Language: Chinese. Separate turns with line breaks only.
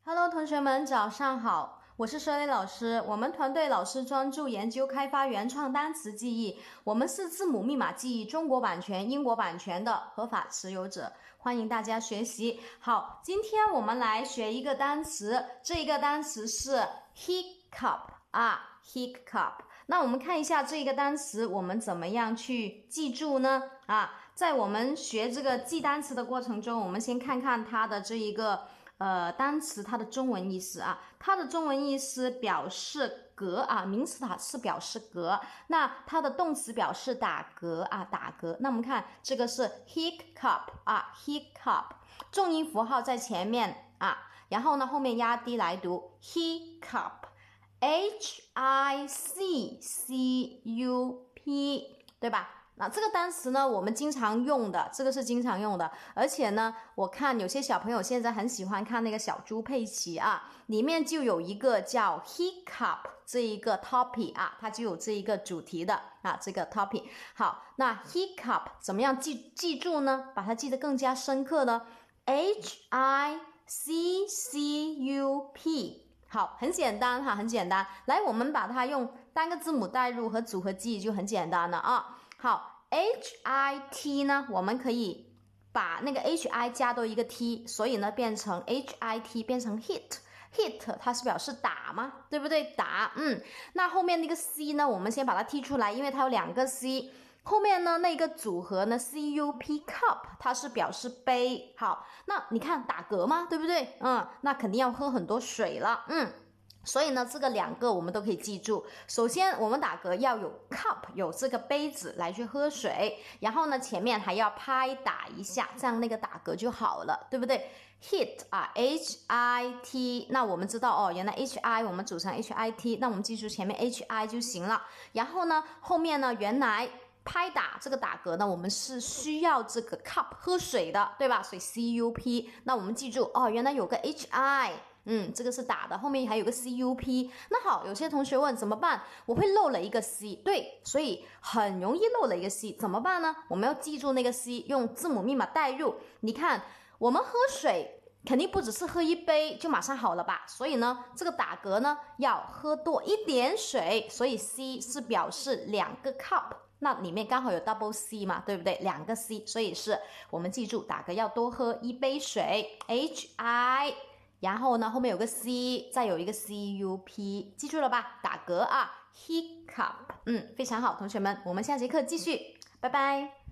Hello， 同学们，早上好，我是Shirley老师。我们团队老师专注研究开发原创单词记忆，我们是字母密码记忆中国版权、英国版权的合法持有者，欢迎大家学习。好，今天我们来学一个单词，这一个单词是 hiccup 啊 ，hiccup。那我们看一下这个单词，我们怎么样去记住呢？在我们学这个记单词的过程中，我们先看看它的这一个单词它的中文意思啊，它的中文意思表示嗝啊，名词它是表示嗝，那它的动词表示打嗝啊，打嗝。那我们看这个是 hiccup 啊 ，hiccup， 重音符号在前面啊，然后呢后面压低来读 hiccup，H-I-C-C-U-P， 对吧？那这个单词呢，我们经常用的，这个是经常用的，而且呢，我看有些小朋友现在很喜欢看那个小猪佩奇啊，里面就有一个叫 hiccup 这一个 topic 啊，它就有这一个主题的啊，这个 topic。好，那 hiccup 怎么样记住呢？把它记得更加深刻呢 ？H-I-C-C-U-P。好，很简单哈，很简单。来，我们把它用单个字母代入和组合记忆就很简单了啊。好 ，H-I-T 呢，我们可以把那个 H-I 加多一个 T， 所以呢变成 H-I-T 变成 hit。hit 它是表示打嘛，对不对？打，那后面那个 C 呢，我们先把它剔出来，因为它有两个 C。后面呢那个组合呢 cup cup 它是表示杯。好，那你看打嗝嘛，对不对？那肯定要喝很多水了。所以呢这个两个我们都可以记住。首先我们打嗝要有 cup， 有这个杯子来去喝水，然后呢前面还要拍打一下，这样那个打嗝就好了，对不对？ hit 啊 H-I-T， 那我们知道原来 H-I 我们组成 H-I-T， 那我们记住前面 H-I 就行了。然后呢后面呢原来拍打这个打嗝呢，我们是需要这个 cup 喝水的，对吧？所以 cup， 那我们记住原来有个 hi，这个是打的，后面还有个 cup。 那好，有些同学问怎么办？我会漏了一个 c， 对，所以很容易漏了一个 c， 怎么办呢？我们要记住那个 c， 用字母密码代入。你看我们喝水肯定不只是喝一杯就马上好了吧，所以呢这个打嗝呢要喝多一点水，所以 c 是表示两个 cup， 那里面刚好有 double C 嘛，对不对？两个 C， 所以是我们记住打嗝要多喝一杯水 H-I， 然后呢后面有个 C， 再有一个 C-U-P， 记住了吧？打嗝啊 hiccup。非常好，同学们，我们下节课继续，拜拜。